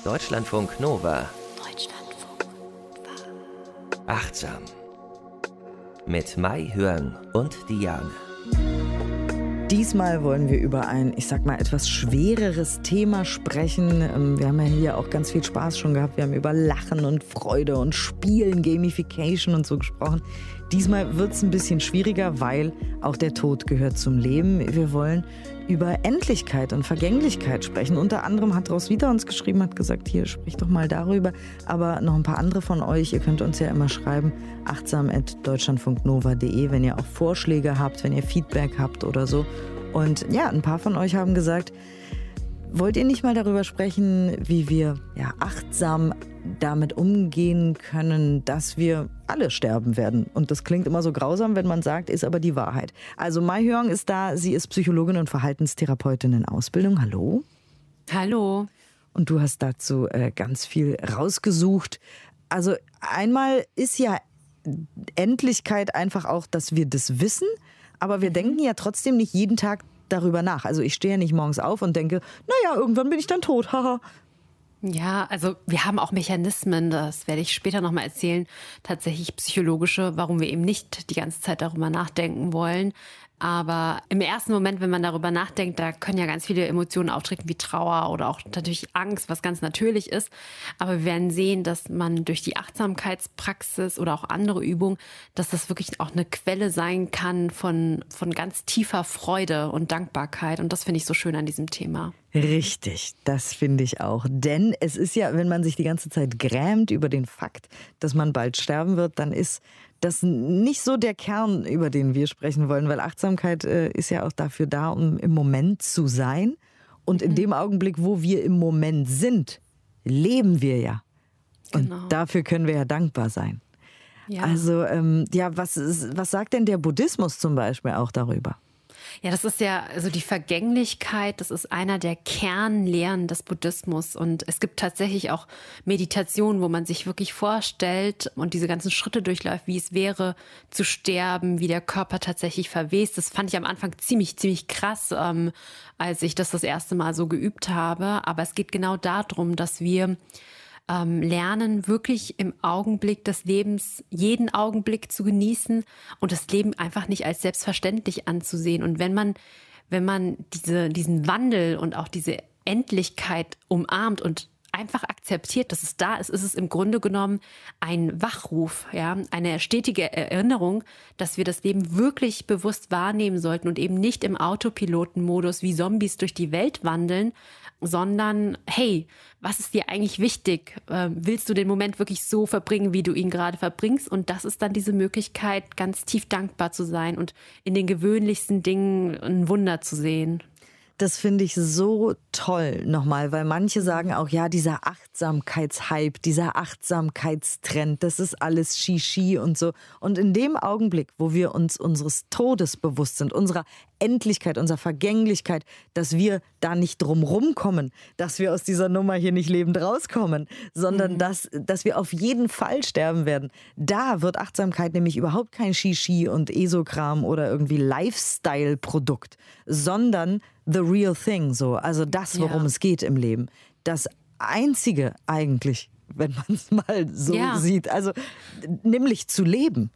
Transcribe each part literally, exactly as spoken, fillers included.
Deutschlandfunk Nova. Deutschlandfunk Nova. Achtsam. Mit Mai Hörn und Diane. Diesmal wollen wir über ein, ich sag mal, etwas schwereres Thema sprechen. Wir haben ja hier auch ganz viel Spaß schon gehabt. Wir haben über Lachen und Freude und Spielen, Gamification und so gesprochen. Diesmal wird es ein bisschen schwieriger, weil auch der Tod gehört zum Leben. Wir wollen über Endlichkeit und Vergänglichkeit sprechen. Unter anderem hat Roswitha uns geschrieben, hat gesagt, hier, sprich doch mal darüber. Aber noch ein paar andere von euch, ihr könnt uns ja immer schreiben, achtsam at deutschlandfunknova punkt de, wenn ihr auch Vorschläge habt, wenn ihr Feedback habt oder so. Und ja, ein paar von euch haben gesagt, wollt ihr nicht mal darüber sprechen, wie wir ja, achtsam damit umgehen können, dass wir alle sterben werden? Und das klingt immer so grausam, wenn man sagt, ist aber die Wahrheit. Also Mai Hörn ist da, sie ist Psychologin und Verhaltenstherapeutin in Ausbildung. Hallo. Hallo. Und du hast dazu äh, ganz viel rausgesucht. Also einmal ist ja Endlichkeit einfach auch, dass wir das wissen, aber wir denken ja trotzdem nicht jeden Tag darüber nach. Also ich stehe ja nicht morgens auf und denke, naja, irgendwann bin ich dann tot, haha. Ja, also wir haben auch Mechanismen, das werde ich später nochmal erzählen, tatsächlich psychologische, warum wir eben nicht die ganze Zeit darüber nachdenken wollen. Aber im ersten Moment, wenn man darüber nachdenkt, da können ja ganz viele Emotionen auftreten wie Trauer oder auch natürlich Angst, was ganz natürlich ist. Aber wir werden sehen, dass man durch die Achtsamkeitspraxis oder auch andere Übungen, dass das wirklich auch eine Quelle sein kann von, von ganz tiefer Freude und Dankbarkeit. Und das finde ich so schön an diesem Thema. Richtig, das finde ich auch. Denn es ist ja, wenn man sich die ganze Zeit grämt über den Fakt, dass man bald sterben wird, dann ist das nicht so der Kern, über den wir sprechen wollen, weil Achtsamkeit äh, ist ja auch dafür da, um im Moment zu sein. Und in mhm. dem Augenblick, wo wir im Moment sind, leben wir ja. Und genau. dafür können wir ja dankbar sein. Ja. Also, ähm, ja, was, ist, was sagt denn der Buddhismus zum Beispiel auch darüber? Ja, das ist ja, also die Vergänglichkeit, das ist einer der Kernlehren des Buddhismus. Und es gibt tatsächlich auch Meditationen, wo man sich wirklich vorstellt und diese ganzen Schritte durchläuft, wie es wäre zu sterben, wie der Körper tatsächlich verwest. Das fand ich am Anfang ziemlich, ziemlich krass, ähm, als ich das das erste Mal so geübt habe. Aber es geht genau darum, dass wir Ähm, lernen, wirklich im Augenblick des Lebens jeden Augenblick zu genießen und das Leben einfach nicht als selbstverständlich anzusehen. Und wenn man, wenn man diese, diesen Wandel und auch diese Endlichkeit umarmt und einfach akzeptiert, dass es da ist, ist es im Grunde genommen ein Wachruf, ja, eine stetige Erinnerung, dass wir das Leben wirklich bewusst wahrnehmen sollten und eben nicht im Autopilotenmodus wie Zombies durch die Welt wandeln, sondern hey, was ist dir eigentlich wichtig? Ähm, willst du den Moment wirklich so verbringen, wie du ihn gerade verbringst? Und das ist dann diese Möglichkeit, ganz tief dankbar zu sein und in den gewöhnlichsten Dingen ein Wunder zu sehen. Das finde ich so toll nochmal, weil manche sagen auch, ja, dieser Achtsamkeitshype, dieser Achtsamkeitstrend, das ist alles Shishi und so. Und in dem Augenblick, wo wir uns unseres Todes bewusst sind, unserer Endlichkeit, unserer Vergänglichkeit, dass wir da nicht drumrum kommen, dass wir aus dieser Nummer hier nicht lebend rauskommen, sondern mhm. dass, dass wir auf jeden Fall sterben werden. Da wird Achtsamkeit nämlich überhaupt kein Shishi und Esokram oder irgendwie Lifestyle-Produkt, sondern the real thing, so. Also das, worum ja. es geht im Leben. Das Einzige eigentlich, wenn man es mal so ja. sieht, also nämlich zu leben.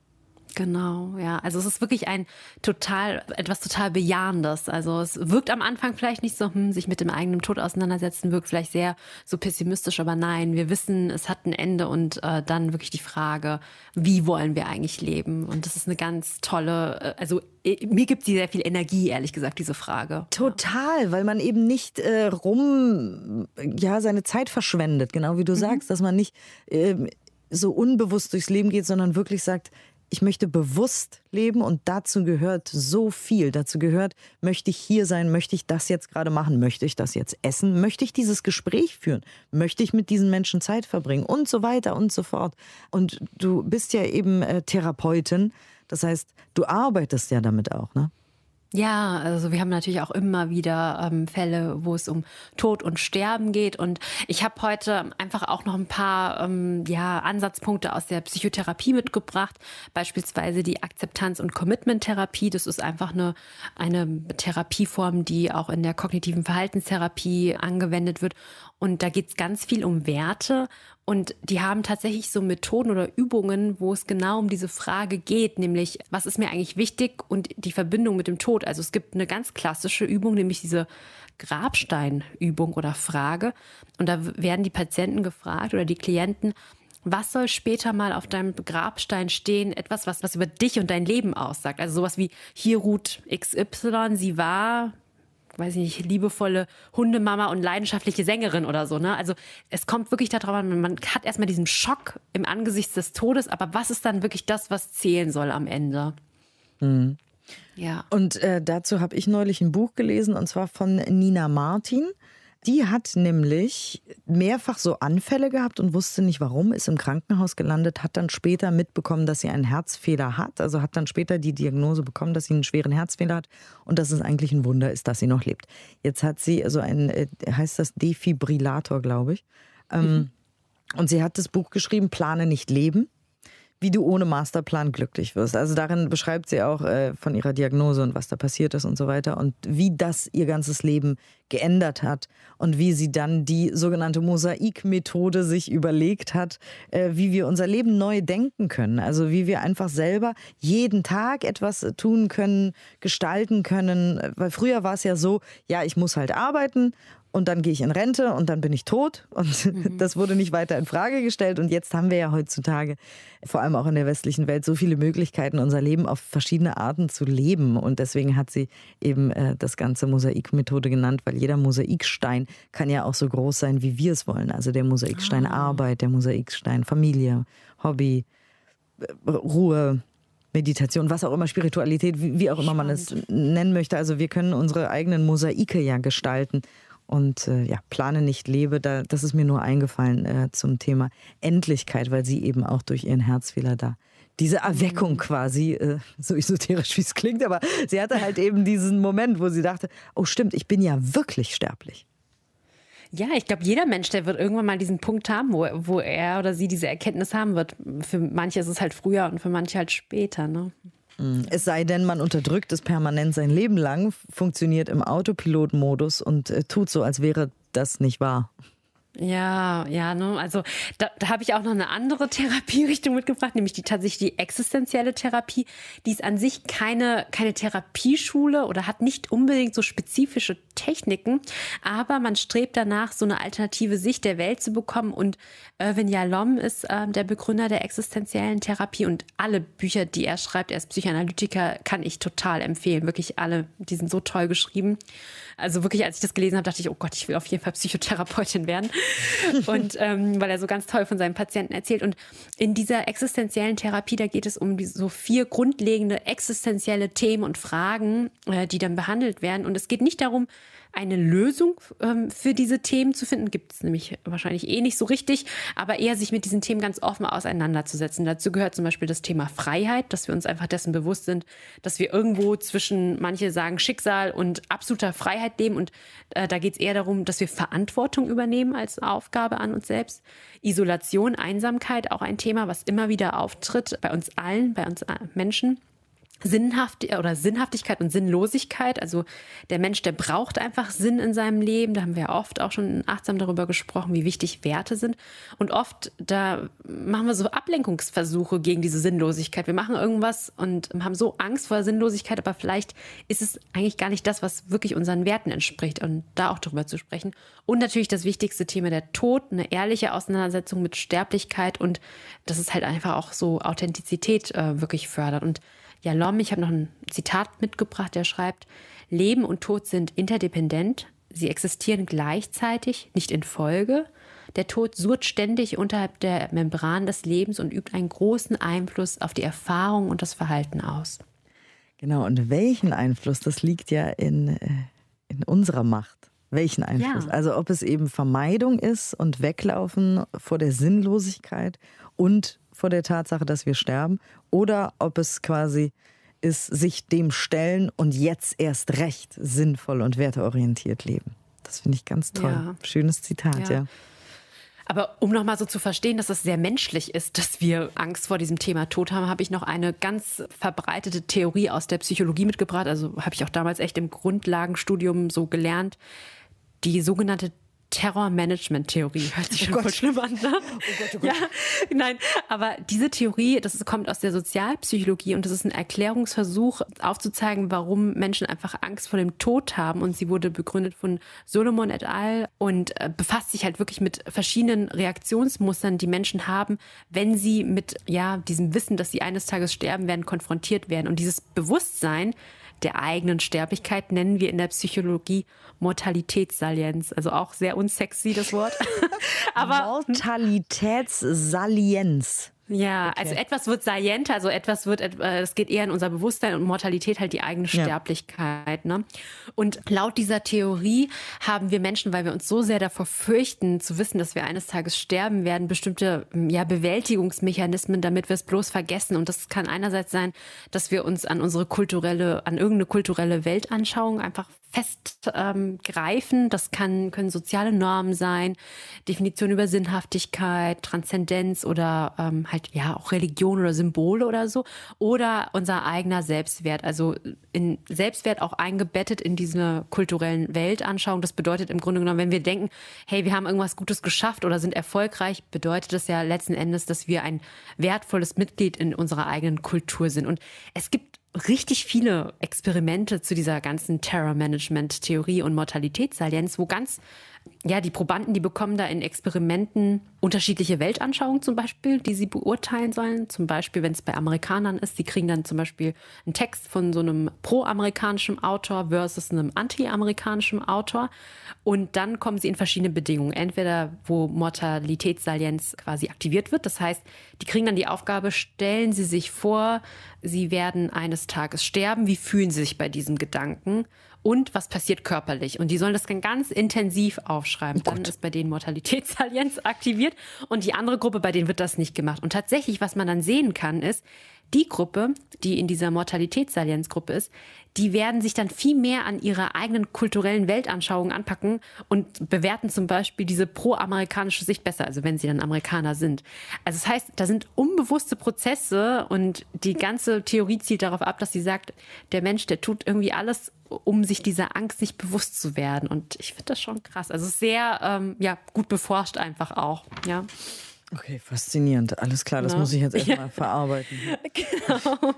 Genau, ja. Also es ist wirklich ein total, etwas total Bejahendes. Also es wirkt am Anfang vielleicht nicht so, hm, sich mit dem eigenen Tod auseinandersetzen, wirkt vielleicht sehr so pessimistisch, aber nein, wir wissen, es hat ein Ende und äh, dann wirklich die Frage, wie wollen wir eigentlich leben? Und das ist eine ganz tolle, äh, also äh, mir gibt sie sehr viel Energie, ehrlich gesagt, diese Frage. Total, weil man eben nicht äh, rum, ja, seine Zeit verschwendet, genau wie du mhm. sagst, dass man nicht äh, so unbewusst durchs Leben geht, sondern wirklich sagt, ich möchte bewusst leben und dazu gehört so viel. Dazu gehört, möchte ich hier sein, möchte ich das jetzt gerade machen, möchte ich das jetzt essen, möchte ich dieses Gespräch führen, möchte ich mit diesen Menschen Zeit verbringen und so weiter und so fort. Und du bist ja eben äh, Therapeutin, das heißt, du arbeitest ja damit auch, ne? Ja, also wir haben natürlich auch immer wieder ähm, Fälle, wo es um Tod und Sterben geht. Und ich habe heute einfach auch noch ein paar ähm, ja, Ansatzpunkte aus der Psychotherapie mitgebracht. Beispielsweise die Akzeptanz- und Commitment-Therapie. Das ist einfach eine, eine Therapieform, die auch in der kognitiven Verhaltenstherapie angewendet wird. Und da geht es ganz viel um Werte. Und die haben tatsächlich so Methoden oder Übungen, wo es genau um diese Frage geht, nämlich was ist mir eigentlich wichtig und die Verbindung mit dem Tod. Also es gibt eine ganz klassische Übung, nämlich diese Grabsteinübung oder Frage. Und da werden die Patienten gefragt oder die Klienten, was soll später mal auf deinem Grabstein stehen? Etwas, was, was über dich und dein Leben aussagt. Also sowas wie, hier ruht X Y, sie war, weiß ich nicht, liebevolle Hundemama und leidenschaftliche Sängerin oder so, ne? Also es kommt wirklich darauf an, man hat erstmal diesen Schock im Angesicht des Todes, aber was ist dann wirklich das, was zählen soll am Ende? Mhm. Ja. Und äh, dazu habe ich neulich ein Buch gelesen, und zwar von Nina Martin. Die hat nämlich mehrfach so Anfälle gehabt und wusste nicht warum, ist im Krankenhaus gelandet, hat dann später mitbekommen, dass sie einen Herzfehler hat. Also hat dann später die Diagnose bekommen, dass sie einen schweren Herzfehler hat und dass es eigentlich ein Wunder ist, dass sie noch lebt. Jetzt hat sie also ein, heißt das Defibrillator, glaube ich. Mhm. Und sie hat das Buch geschrieben, Plane nicht leben. Wie du ohne Masterplan glücklich wirst. Also darin beschreibt sie auch äh, von ihrer Diagnose und was da passiert ist und so weiter und wie das ihr ganzes Leben geändert hat und wie sie dann die sogenannte Mosaikmethode sich überlegt hat, äh, wie wir unser Leben neu denken können. Also wie wir einfach selber jeden Tag etwas tun können, gestalten können. Weil früher war es ja so, ja, ich muss halt arbeiten. Und dann gehe ich in Rente und dann bin ich tot. Und mhm. das wurde nicht weiter in Frage gestellt. Und jetzt haben wir ja heutzutage, vor allem auch in der westlichen Welt, so viele Möglichkeiten, unser Leben auf verschiedene Arten zu leben. Und deswegen hat sie eben äh, das Ganze Mosaikmethode genannt, weil jeder Mosaikstein kann ja auch so groß sein, wie wir es wollen. Also der Mosaikstein ah. Arbeit, der Mosaikstein Familie, Hobby, Ruhe, Meditation, was auch immer, Spiritualität, wie, wie auch immer man es nennen möchte. Also wir können unsere eigenen Mosaike ja gestalten. Und äh, ja, plane nicht lebe, da, das ist mir nur eingefallen äh, zum Thema Endlichkeit, weil sie eben auch durch ihren Herzfehler da diese Erweckung mhm. quasi, äh, so esoterisch wie es klingt, aber sie hatte halt eben diesen Moment, wo sie dachte, oh stimmt, ich bin ja wirklich sterblich. Ja, ich glaube, jeder Mensch, der wird irgendwann mal diesen Punkt haben, wo, wo er oder sie diese Erkenntnis haben wird. Für manche ist es halt früher und für manche halt später, ne? Es sei denn, man unterdrückt es permanent sein Leben lang, funktioniert im Autopilot-Modus und äh, tut so, als wäre das nicht wahr. Ja, ja, ne? Also da, da habe ich auch noch eine andere Therapierichtung mitgebracht, nämlich die tatsächlich die existenzielle Therapie. Die ist an sich keine, keine Therapieschule oder hat nicht unbedingt so spezifische Techniken, aber man strebt danach, so eine alternative Sicht der Welt zu bekommen. Und Irvin Yalom ist äh, der Begründer der existenziellen Therapie und alle Bücher, die er schreibt, er ist Psychoanalytiker, kann ich total empfehlen. Wirklich alle, die sind so toll geschrieben. Also wirklich, als ich das gelesen habe, dachte ich, oh Gott, ich will auf jeden Fall Psychotherapeutin werden. Und ähm, weil er so ganz toll von seinen Patienten erzählt. Und in dieser existenziellen Therapie, da geht es um die, so vier grundlegende existenzielle Themen und Fragen, äh, die dann behandelt werden. Und es geht nicht darum, eine Lösung ähm, für diese Themen zu finden, gibt es nämlich wahrscheinlich eh nicht so richtig, aber eher sich mit diesen Themen ganz offen auseinanderzusetzen. Dazu gehört zum Beispiel das Thema Freiheit, dass wir uns einfach dessen bewusst sind, dass wir irgendwo zwischen, manche sagen Schicksal und absoluter Freiheit leben und äh, da geht es eher darum, dass wir Verantwortung übernehmen als Aufgabe an uns selbst. Isolation, Einsamkeit, auch ein Thema, was immer wieder auftritt bei uns allen, bei uns Menschen. Sinnhaft oder Sinnhaftigkeit und Sinnlosigkeit. Also der Mensch, der braucht einfach Sinn in seinem Leben. Da haben wir oft auch schon achtsam darüber gesprochen, wie wichtig Werte sind. Und oft, da machen wir so Ablenkungsversuche gegen diese Sinnlosigkeit. Wir machen irgendwas und haben so Angst vor der Sinnlosigkeit, aber vielleicht ist es eigentlich gar nicht das, was wirklich unseren Werten entspricht. Und da auch darüber zu sprechen. Und natürlich das wichtigste Thema, der Tod, eine ehrliche Auseinandersetzung mit Sterblichkeit und dass es halt einfach auch so Authentizität äh, wirklich fördert. Und Yalom, ich habe noch ein Zitat mitgebracht, der schreibt, Leben und Tod sind interdependent, sie existieren gleichzeitig, nicht in Folge. Der Tod surrt ständig unterhalb der Membran des Lebens und übt einen großen Einfluss auf die Erfahrung und das Verhalten aus. Genau, und welchen Einfluss, das liegt ja in, in unserer Macht. Welchen Einfluss? Ja. Also ob es eben Vermeidung ist und Weglaufen vor der Sinnlosigkeit und vor der Tatsache, dass wir sterben, oder ob es quasi ist, sich dem stellen und jetzt erst recht sinnvoll und werteorientiert leben. Das finde ich ganz toll. Ja. Schönes Zitat, ja. ja. Aber um nochmal so zu verstehen, dass es sehr menschlich ist, dass wir Angst vor diesem Thema Tod haben, habe ich noch eine ganz verbreitete Theorie aus der Psychologie mitgebracht. Also habe ich auch damals echt im Grundlagenstudium so gelernt. Die sogenannte Terror-Management-Theorie. Hört sich schon Oh voll schlimm an, ne? Oh Gott, oh Gott. Ja, nein, aber diese Theorie, das ist, kommt aus der Sozialpsychologie und das ist ein Erklärungsversuch aufzuzeigen, warum Menschen einfach Angst vor dem Tod haben, und sie wurde begründet von Solomon et al. Und äh, befasst sich halt wirklich mit verschiedenen Reaktionsmustern, die Menschen haben, wenn sie mit ja diesem Wissen, dass sie eines Tages sterben werden, konfrontiert werden. Und dieses Bewusstsein der eigenen Sterblichkeit nennen wir in der Psychologie Mortalitätssalienz. Also auch sehr unsexy, das Wort. Aber Mortalitätssalienz. Ja, okay. Also etwas wird salienter, also etwas wird, es geht eher in unser Bewusstsein, und Mortalität halt die eigene Sterblichkeit. Ja. Ne? Und laut dieser Theorie haben wir Menschen, weil wir uns so sehr davor fürchten, zu wissen, dass wir eines Tages sterben werden, bestimmte ja, Bewältigungsmechanismen, damit wir es bloß vergessen. Und das kann einerseits sein, dass wir uns an unsere kulturelle, an irgendeine kulturelle Weltanschauung einfach festgreifen. Ähm, das kann, können soziale Normen sein, Definition über Sinnhaftigkeit, Transzendenz oder ähm, halt ja auch Religion oder Symbole oder so. Oder unser eigener Selbstwert. Also in Selbstwert auch eingebettet in diese kulturellen Weltanschauung. Das bedeutet im Grunde genommen, wenn wir denken, hey, wir haben irgendwas Gutes geschafft oder sind erfolgreich, bedeutet das ja letzten Endes, dass wir ein wertvolles Mitglied in unserer eigenen Kultur sind. Und es gibt richtig viele Experimente zu dieser ganzen Terror-Management-Theorie und Mortalitätssalienz, wo ganz, ja, die Probanden, die bekommen da in Experimenten unterschiedliche Weltanschauungen zum Beispiel, die sie beurteilen sollen. Zum Beispiel, wenn es bei Amerikanern ist, die kriegen dann zum Beispiel einen Text von so einem pro-amerikanischen Autor versus einem anti-amerikanischen Autor. Und dann kommen sie in verschiedene Bedingungen. Entweder, wo Mortalitätssalienz quasi aktiviert wird. Das heißt, die kriegen dann die Aufgabe, stellen Sie sich vor, Sie werden eines Tages sterben. Wie fühlen Sie sich bei diesem Gedanken? Und was passiert körperlich? Und die sollen das ganz intensiv aufschreiben. Dann ist bei denen Mortalitätssalienz aktiviert. Und die andere Gruppe, bei denen wird das nicht gemacht. Und tatsächlich, was man dann sehen kann, ist, die Gruppe, die in dieser Mortalitätssalienzgruppe ist, die werden sich dann viel mehr an ihrer eigenen kulturellen Weltanschauung anpacken und bewerten zum Beispiel diese pro-amerikanische Sicht besser, also wenn sie dann Amerikaner sind. Also das heißt, da sind unbewusste Prozesse, und die ganze Theorie zielt darauf ab, dass sie sagt, der Mensch, der tut irgendwie alles, um sich dieser Angst nicht bewusst zu werden. Und ich finde das schon krass. Also sehr ähm, ja, gut beforscht einfach auch, ja. Okay, faszinierend. Alles klar, das Ja. muss ich jetzt erstmal Ja. verarbeiten. Genau.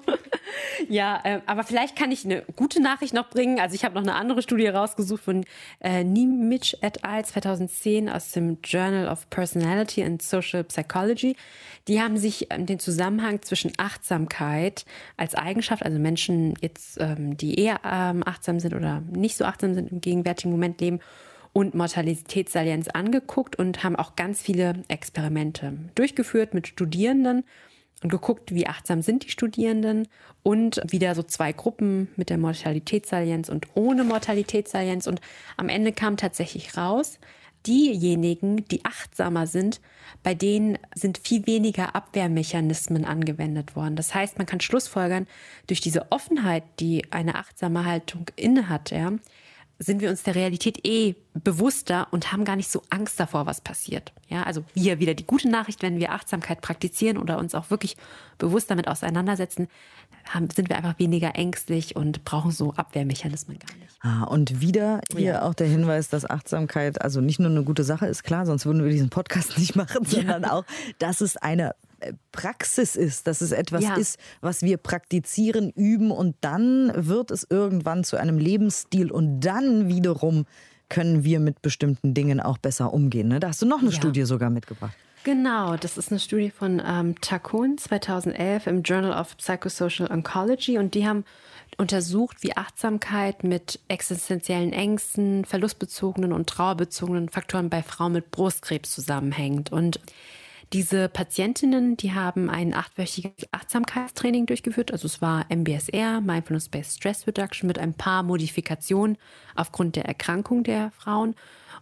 Ja, äh, aber vielleicht kann ich eine gute Nachricht noch bringen. Also ich habe noch eine andere Studie rausgesucht von äh, Nimitz et al. zweitausendzehn aus dem Journal of Personality and Social Psychology. Die haben sich ähm, den Zusammenhang zwischen Achtsamkeit als Eigenschaft, also Menschen jetzt, ähm, die eher ähm, achtsam sind oder nicht so achtsam sind, im gegenwärtigen Moment leben, und Mortalitätssalienz angeguckt und haben auch ganz viele Experimente durchgeführt mit Studierenden und geguckt, wie achtsam sind die Studierenden, und wieder so zwei Gruppen mit der Mortalitätssalienz und ohne Mortalitätssalienz. Und am Ende kam tatsächlich raus, diejenigen, die achtsamer sind, bei denen sind viel weniger Abwehrmechanismen angewendet worden. Das heißt, man kann schlussfolgern, durch diese Offenheit, die eine achtsame Haltung innehat, ja, sind wir uns der Realität eh bewusster und haben gar nicht so Angst davor, was passiert. Ja, also hier wieder die gute Nachricht, wenn wir Achtsamkeit praktizieren oder uns auch wirklich bewusst damit auseinandersetzen, haben, sind wir einfach weniger ängstlich und brauchen so Abwehrmechanismen gar nicht. Ah, und wieder hier Ja. auch der Hinweis, dass Achtsamkeit also nicht nur eine gute Sache ist, klar, sonst würden wir diesen Podcast nicht machen, sondern auch, dass es eine Praxis ist, dass es etwas Ja. ist, was wir praktizieren, üben, und dann wird es irgendwann zu einem Lebensstil, und dann wiederum können wir mit bestimmten Dingen auch besser umgehen. Ne? Da hast du noch eine Ja. Studie sogar mitgebracht. Genau, das ist eine Studie von ähm, Takun zweitausendelf im Journal of Psychosocial Oncology, und die haben untersucht, wie Achtsamkeit mit existenziellen Ängsten, verlustbezogenen und trauerbezogenen Faktoren bei Frauen mit Brustkrebs zusammenhängt. Und diese Patientinnen, die haben ein achtwöchiges Achtsamkeitstraining durchgeführt. Also es war M B S R, Mindfulness-Based Stress Reduction, mit ein paar Modifikationen aufgrund der Erkrankung der Frauen.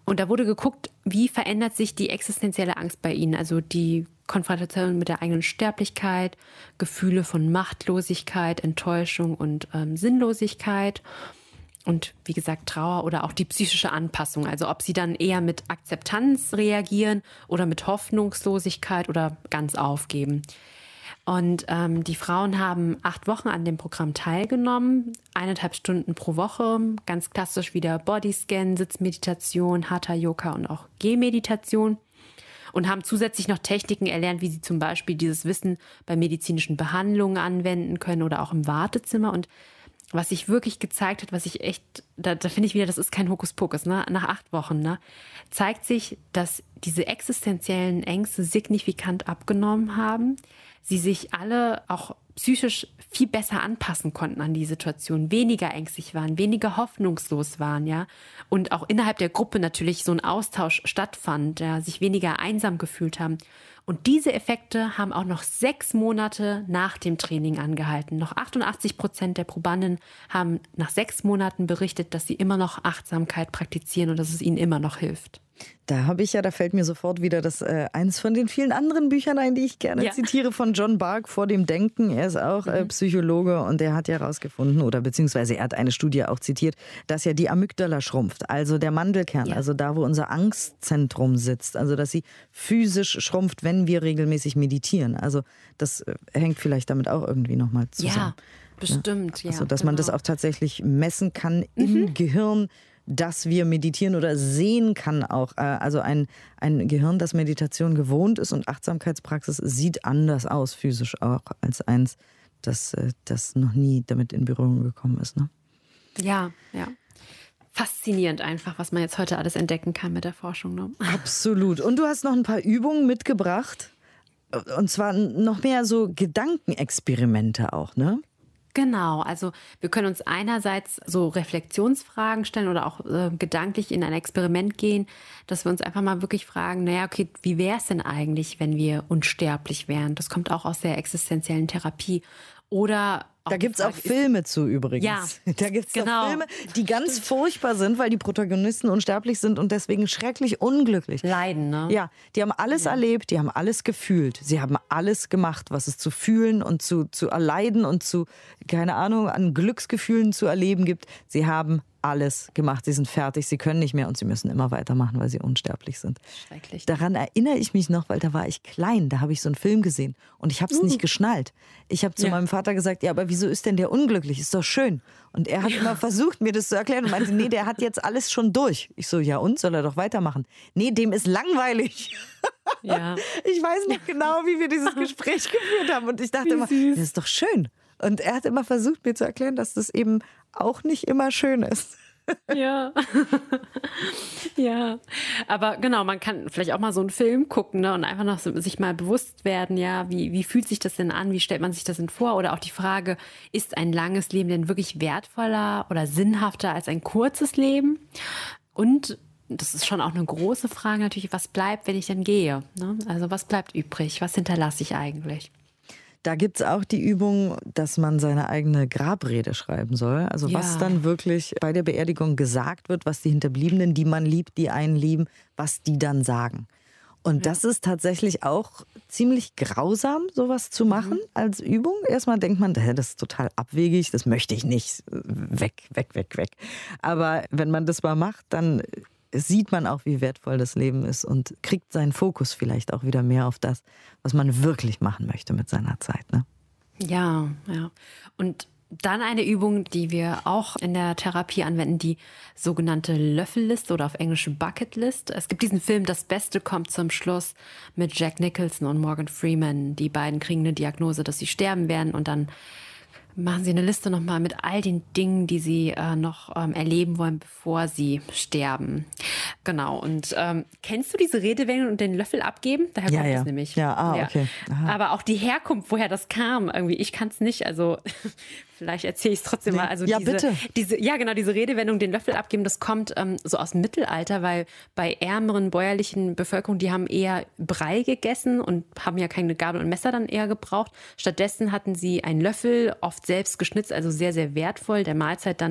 Und da wurde geguckt, wie verändert sich die existenzielle Angst bei ihnen, also die Konfrontation mit der eigenen Sterblichkeit, Gefühle von Machtlosigkeit, Enttäuschung und ähm, Sinnlosigkeit und wie gesagt Trauer oder auch die psychische Anpassung, also ob sie dann eher mit Akzeptanz reagieren oder mit Hoffnungslosigkeit oder ganz aufgeben. Und ähm, die Frauen haben acht Wochen an dem Programm teilgenommen, eineinhalb Stunden pro Woche, ganz klassisch wieder Bodyscan, Sitzmeditation, Hatha Yoga und auch Gehmeditation. Und haben zusätzlich noch Techniken erlernt, wie sie zum Beispiel dieses Wissen bei medizinischen Behandlungen anwenden können oder auch im Wartezimmer. Und was sich wirklich gezeigt hat, was ich echt, da, da finde ich wieder, das ist kein Hokuspokus, ne? Nach acht Wochen, ne, zeigt sich, dass diese existenziellen Ängste signifikant abgenommen haben. Sie sich alle auch psychisch viel besser anpassen konnten an die Situation, weniger ängstlich waren, weniger hoffnungslos waren, ja. Und auch innerhalb der Gruppe natürlich so ein Austausch stattfand, ja, sich weniger einsam gefühlt haben. Und diese Effekte haben auch noch sechs Monate nach dem Training angehalten. Noch achtundachtzig Prozent der Probanden haben nach sechs Monaten berichtet, dass sie immer noch Achtsamkeit praktizieren und dass es ihnen immer noch hilft. Da habe ich ja, da fällt mir sofort wieder das äh, eins von den vielen anderen Büchern ein, die ich gerne ja. zitiere, von John Bargh, Vor dem Denken. Er ist auch äh, Psychologe und der hat ja herausgefunden, oder beziehungsweise er hat eine Studie auch zitiert, dass ja die Amygdala schrumpft, also der Mandelkern, ja. also da, wo unser Angstzentrum sitzt, also dass sie physisch schrumpft, wenn wir regelmäßig meditieren. Also das äh, hängt vielleicht damit auch irgendwie nochmal zusammen. Ja, bestimmt. Ja, also dass genau. man das auch tatsächlich messen kann im mhm. Gehirn, dass wir meditieren oder sehen kann auch. Also ein, ein Gehirn, das Meditation gewohnt ist und Achtsamkeitspraxis, sieht anders aus, physisch auch, als eins, das, das noch nie damit in Berührung gekommen ist. Ne? Ja, ja. Faszinierend einfach, was man jetzt heute alles entdecken kann mit der Forschung. Ne? Absolut. Und du hast noch ein paar Übungen mitgebracht. Und zwar noch mehr so Gedankenexperimente auch, ne? Genau, also wir können uns einerseits so Reflexionsfragen stellen oder auch äh, gedanklich in ein Experiment gehen, dass wir uns einfach mal wirklich fragen, naja, okay, wie wäre es denn eigentlich, wenn wir unsterblich wären? Das kommt auch aus der existenziellen Therapie. Oder da gibt es auch Filme zu übrigens. Ja, da gibt es genau. Filme, die ganz Stimmt. furchtbar sind, weil die Protagonisten unsterblich sind und deswegen schrecklich unglücklich. Leiden, ne? Ja, die haben alles ja. erlebt, die haben alles gefühlt. Sie haben alles gemacht, was es zu fühlen und zu, zu erleiden und zu, keine Ahnung, an Glücksgefühlen zu erleben gibt. Sie haben alles gemacht. Sie sind fertig, sie können nicht mehr und sie müssen immer weitermachen, weil sie unsterblich sind. Schrecklich. Daran erinnere ich mich noch, weil da war ich klein, da habe ich so einen Film gesehen und ich habe es uh. nicht geschnallt. Ich habe zu ja. meinem Vater gesagt, ja, aber wieso ist denn der unglücklich? Ist doch schön. Und er hat ja. immer versucht, mir das zu erklären und meinte, nee, der hat jetzt alles schon durch. Ich so, ja und? Soll er doch weitermachen? Nee, dem ist langweilig. Ja. Ich weiß noch genau, wie wir dieses Gespräch geführt haben und ich dachte immer, das ist doch schön. Und er hat immer versucht, mir zu erklären, dass das eben auch nicht immer schön ist. Ja. Ja. Aber genau, man kann vielleicht auch mal so einen Film gucken, ne, und einfach noch so, sich mal bewusst werden, ja, wie, wie fühlt sich das denn an? Wie stellt man sich das denn vor? Oder auch die Frage, ist ein langes Leben denn wirklich wertvoller oder sinnhafter als ein kurzes Leben? Und das ist schon auch eine große Frage natürlich, was bleibt, wenn ich denn gehe? Ne? Also was bleibt übrig? Was hinterlasse ich eigentlich? Da gibt es auch die Übung, dass man seine eigene Grabrede schreiben soll. Also ja. was dann wirklich bei der Beerdigung gesagt wird, was die Hinterbliebenen, die man liebt, die einen lieben, was die dann sagen. Und ja. das ist tatsächlich auch ziemlich grausam, sowas zu machen mhm. als Übung. Erstmal denkt man, das ist total abwegig, das möchte ich nicht. Weg, weg, weg, weg. Aber wenn man das mal macht, dann sieht man auch, wie wertvoll das Leben ist und kriegt seinen Fokus vielleicht auch wieder mehr auf das, was man wirklich machen möchte mit seiner Zeit. Ne? Ja, ja. Und dann eine Übung, die wir auch in der Therapie anwenden, die sogenannte Löffelliste oder auf Englisch Bucketlist. Es gibt diesen Film Das Beste kommt zum Schluss mit Jack Nicholson und Morgan Freeman. Die beiden kriegen eine Diagnose, dass sie sterben werden und dann machen Sie eine Liste nochmal mit all den Dingen, die Sie äh, noch ähm, erleben wollen, bevor Sie sterben. Genau. Und ähm, kennst du diese Redewendung und den Löffel abgeben? Daher ja, kommt ja. es nämlich. Ja, ah, ja. okay. Aha. Aber auch die Herkunft, woher das kam, irgendwie, ich kann es nicht. Also vielleicht erzähle ich es trotzdem nee. mal. Also ja, diese, bitte. Diese, ja, genau, diese Redewendung, den Löffel abgeben, das kommt ähm, so aus dem Mittelalter, weil bei ärmeren bäuerlichen Bevölkerung, die haben eher Brei gegessen und haben ja keine Gabel und Messer dann eher gebraucht. Stattdessen hatten sie einen Löffel, oft selbst geschnitzt, also sehr, sehr wertvoll, der Mahlzeit dann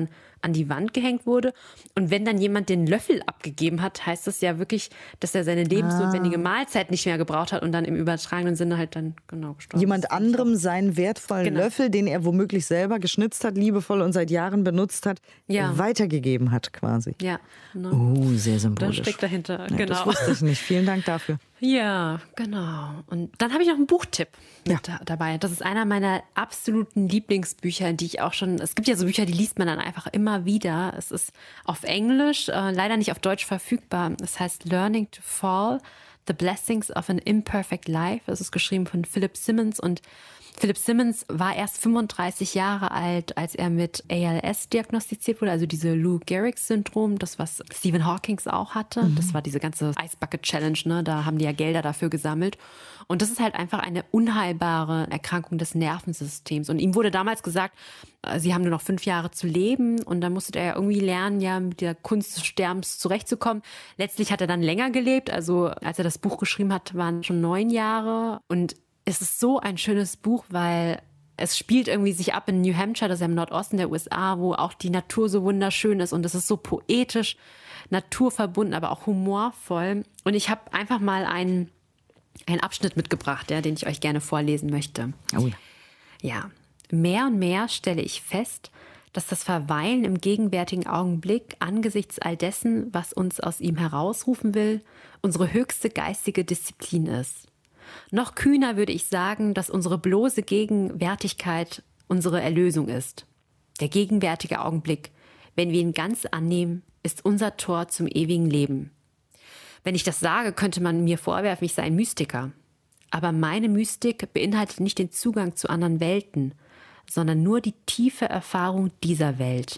an die Wand gehängt wurde. Und wenn dann jemand den Löffel abgegeben hat, heißt das ja wirklich, dass er seine lebensnotwendige Mahlzeit nicht mehr gebraucht hat und dann im übertragenen Sinne halt dann genau gestorben Jemand ist. anderem seinen wertvollen Genau. Löffel, den er womöglich selber geschnitzt hat, liebevoll und seit Jahren benutzt hat, Ja. weitergegeben hat quasi. Ja, genau. Oh, sehr Das symbolisch. steckt dahinter, Ja, genau. Das wusste ich nicht. Vielen Dank dafür. Ja, genau. Und dann habe ich noch einen Buchtipp Ja. mit da, dabei. Das ist einer meiner absoluten Lieblingsbücher, die ich auch schon, es gibt ja so Bücher, die liest man dann einfach immer wieder. Es ist auf Englisch, äh, leider nicht auf Deutsch verfügbar. Es heißt Learning to Fall, The Blessings of an Imperfect Life. Es ist geschrieben von Philip Simmons und Philip Simmons war erst fünfunddreißig Jahre alt, als er mit A L S diagnostiziert wurde, also diese Lou Gehrig-Syndrom, das, was Stephen Hawking auch hatte. Mhm. Das war diese ganze Ice Bucket Challenge, ne? Da haben die ja Gelder dafür gesammelt. Und das ist halt einfach eine unheilbare Erkrankung des Nervensystems. Und ihm wurde damals gesagt, sie haben nur noch fünf Jahre zu leben und dann musste er ja irgendwie lernen, ja mit der Kunst des Sterbens zurechtzukommen. Letztlich hat er dann länger gelebt, also als er das Buch geschrieben hat, waren schon neun Jahre. Und es ist so ein schönes Buch, weil es spielt irgendwie sich ab in New Hampshire, das ist ja im Nordosten der U S A, wo auch die Natur so wunderschön ist und es ist so poetisch, naturverbunden, aber auch humorvoll. Und ich habe einfach mal einen, einen Abschnitt mitgebracht, ja, den ich euch gerne vorlesen möchte. Oh ja. Ja, mehr und mehr stelle ich fest, dass das Verweilen im gegenwärtigen Augenblick angesichts all dessen, was uns aus ihm herausrufen will, unsere höchste geistige Disziplin ist. Noch kühner würde ich sagen, dass unsere bloße Gegenwärtigkeit unsere Erlösung ist. Der gegenwärtige Augenblick, wenn wir ihn ganz annehmen, ist unser Tor zum ewigen Leben. Wenn ich das sage, könnte man mir vorwerfen, ich sei ein Mystiker. Aber meine Mystik beinhaltet nicht den Zugang zu anderen Welten, sondern nur die tiefe Erfahrung dieser Welt.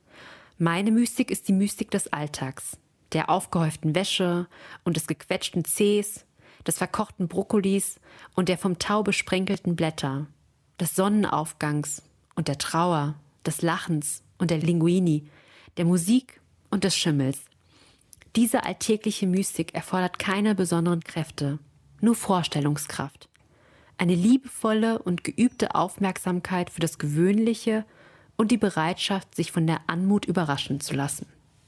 Meine Mystik ist die Mystik des Alltags, der aufgehäuften Wäsche und des gequetschten Zehs, des verkochten Brokkolis und der vom Tau besprenkelten Blätter, des Sonnenaufgangs und der Trauer, des Lachens und der Linguini, der Musik und des Schimmels. Diese alltägliche Mystik erfordert keine besonderen Kräfte, nur Vorstellungskraft. Eine liebevolle und geübte Aufmerksamkeit für das Gewöhnliche und die Bereitschaft, sich von der Anmut überraschen zu lassen.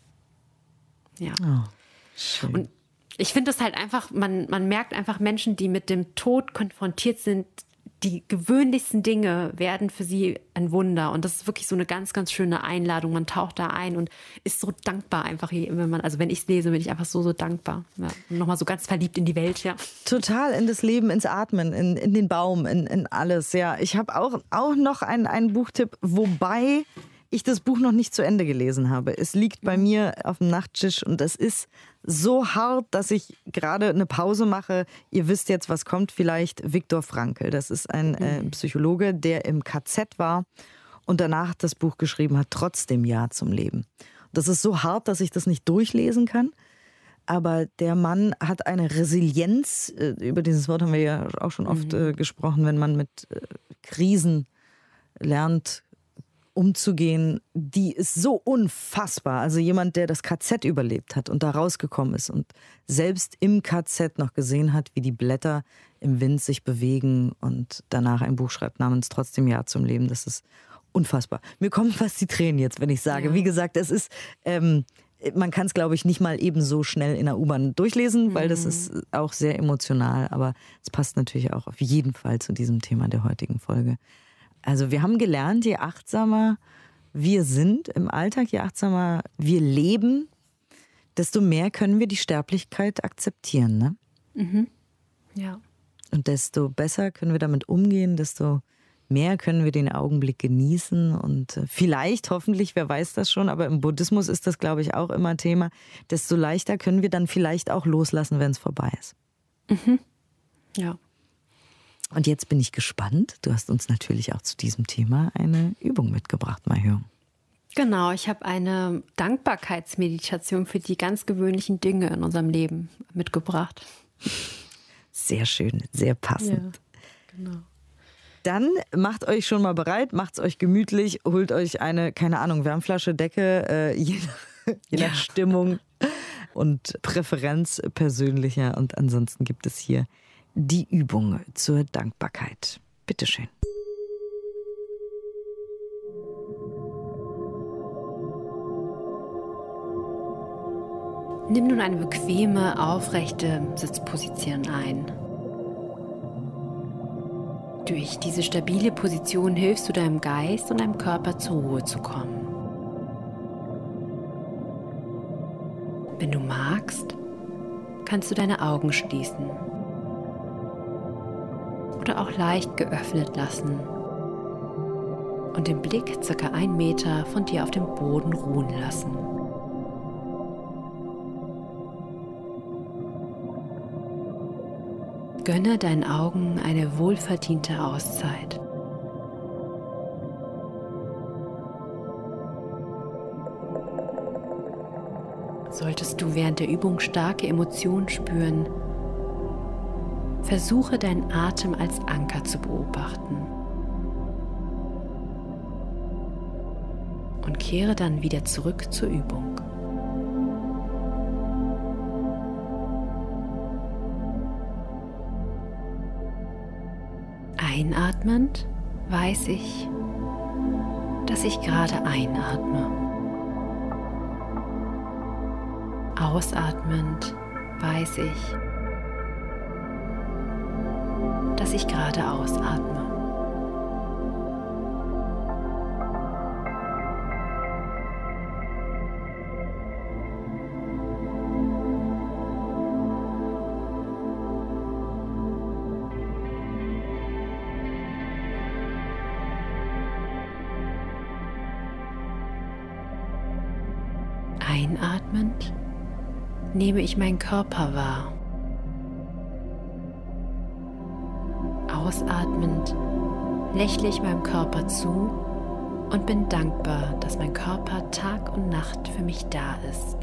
Ja. Oh, schön. Und ich finde das halt einfach, man, man merkt einfach Menschen, die mit dem Tod konfrontiert sind, die gewöhnlichsten Dinge werden für sie ein Wunder. Und das ist wirklich so eine ganz, ganz schöne Einladung. Man taucht da ein und ist so dankbar einfach, wenn man, also wenn ich es lese, bin ich einfach so, so dankbar. Ja, nochmal so ganz verliebt in die Welt, ja. Total in das Leben, ins Atmen, in, in den Baum, in, in alles. Ja, ich habe auch, auch noch einen, einen Buchtipp, wobei ich das Buch noch nicht zu Ende gelesen habe. Es liegt bei mir auf dem Nachttisch und es ist so hart, dass ich gerade eine Pause mache. Ihr wisst jetzt, was kommt vielleicht. Viktor Frankl, das ist ein äh, Psychologe, der im K Z war und danach das Buch geschrieben hat, Trotzdem Ja zum Leben. Das ist so hart, dass ich das nicht durchlesen kann. Aber der Mann hat eine Resilienz, über dieses Wort haben wir ja auch schon oft mhm. äh, gesprochen, wenn man mit äh, Krisen lernt, umzugehen, die ist so unfassbar. Also jemand, der das K Z überlebt hat und da rausgekommen ist und selbst im K Z noch gesehen hat, wie die Blätter im Wind sich bewegen und danach ein Buch schreibt namens Trotzdem Ja zum Leben. Das ist unfassbar. Mir kommen fast die Tränen jetzt, wenn ich sage. Ja. Wie gesagt, es ist, ähm, man kann es, glaube ich, nicht mal eben so schnell in der U-Bahn durchlesen, weil das ist auch sehr emotional. Aber es passt natürlich auch auf jeden Fall zu diesem Thema der heutigen Folge. Also wir haben gelernt, je achtsamer wir sind im Alltag, je achtsamer wir leben, desto mehr können wir die Sterblichkeit akzeptieren, ne? Mhm. Ja. Und desto besser können wir damit umgehen, desto mehr können wir den Augenblick genießen und vielleicht, hoffentlich, wer weiß das schon, aber im Buddhismus ist das, glaube ich, auch immer Thema, desto leichter können wir dann vielleicht auch loslassen, wenn es vorbei ist. Mhm. Ja. Und jetzt bin ich gespannt. Du hast uns natürlich auch zu diesem Thema eine Übung mitgebracht, Mahjong. Genau, ich habe eine Dankbarkeitsmeditation für die ganz gewöhnlichen Dinge in unserem Leben mitgebracht. Sehr schön, sehr passend. Ja, genau. Dann macht euch schon mal bereit, macht es euch gemütlich, holt euch eine, keine Ahnung, Wärmflasche, Decke, äh, je nach, je nach ja. Stimmung und Präferenz persönlicher. Und ansonsten gibt es hier die Übung zur Dankbarkeit. Bitteschön. Nimm nun eine bequeme, aufrechte Sitzposition ein. Durch diese stabile Position hilfst du deinem Geist und deinem Körper zur Ruhe zu kommen. Wenn du magst, kannst du deine Augen schließen oder auch leicht geöffnet lassen und den Blick circa einen Meter von dir auf dem Boden ruhen lassen. Gönne deinen Augen eine wohlverdiente Auszeit. Solltest du während der Übung starke Emotionen spüren, versuche deinen Atem als Anker zu beobachten und kehre dann wieder zurück zur Übung. Einatmend weiß ich, dass ich gerade einatme. Ausatmend weiß ich, dass ich gerade ausatme. Einatmend nehme ich meinen Körper wahr. Ausatmend lächle ich meinem Körper zu und bin dankbar, dass mein Körper Tag und Nacht für mich da ist.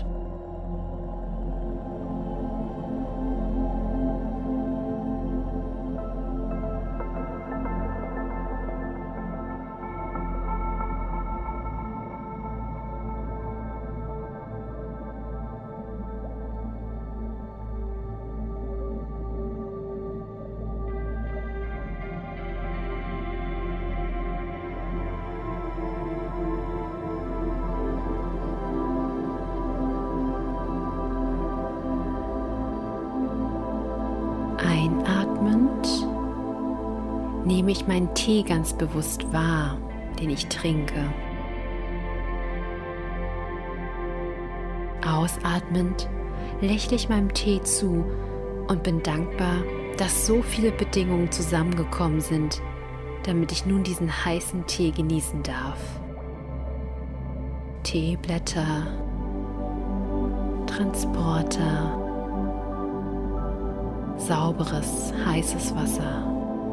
Einatmend nehme ich meinen Tee ganz bewusst wahr, den ich trinke. Ausatmend lächle ich meinem Tee zu und bin dankbar, dass so viele Bedingungen zusammengekommen sind, damit ich nun diesen heißen Tee genießen darf. Teeblätter, Transporter, sauberes, heißes Wasser.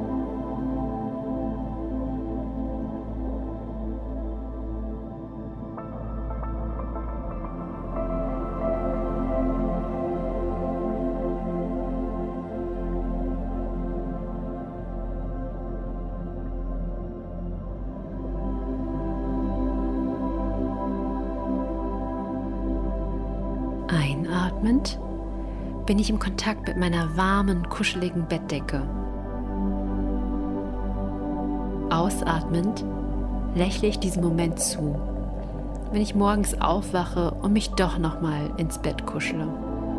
Einatmend bin ich im Kontakt mit meiner warmen, kuscheligen Bettdecke. Ausatmend lächle ich diesem Moment zu, wenn ich morgens aufwache und mich doch nochmal ins Bett kuschele.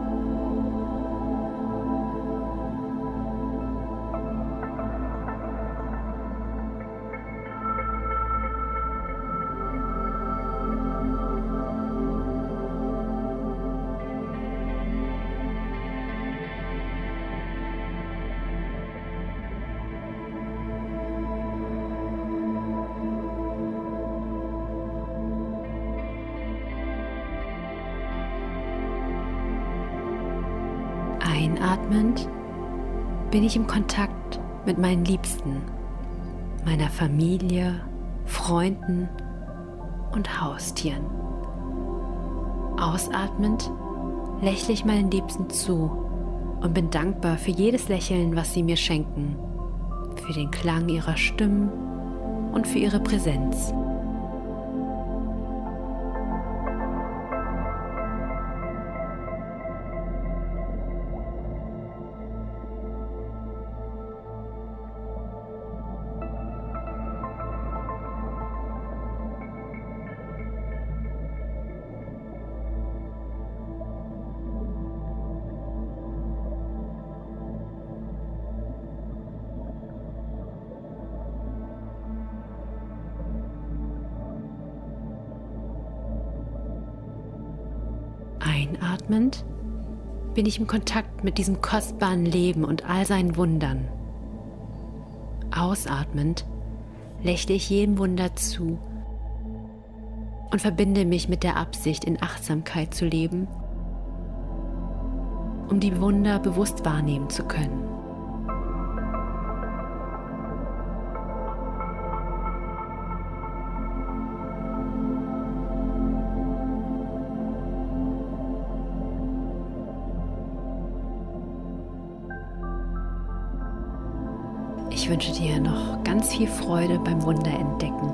Einatmend bin ich im Kontakt mit meinen Liebsten, meiner Familie, Freunden und Haustieren. Ausatmend lächle ich meinen Liebsten zu und bin dankbar für jedes Lächeln, was sie mir schenken, für den Klang ihrer Stimmen und für ihre Präsenz. Einatmend bin ich im Kontakt mit diesem kostbaren Leben und all seinen Wundern. Ausatmend lächle ich jedem Wunder zu und verbinde mich mit der Absicht, in Achtsamkeit zu leben, um die Wunder bewusst wahrnehmen zu können. Ich wünsche dir noch ganz viel Freude beim Wunderentdecken.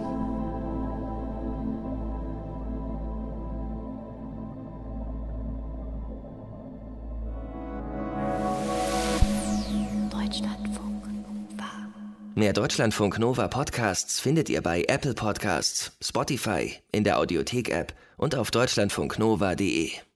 Deutschlandfunk Nova. Mehr Deutschlandfunk Nova Podcasts findet ihr bei Apple Podcasts, Spotify, in der Audiothek-App und auf deutschlandfunknova punkt de.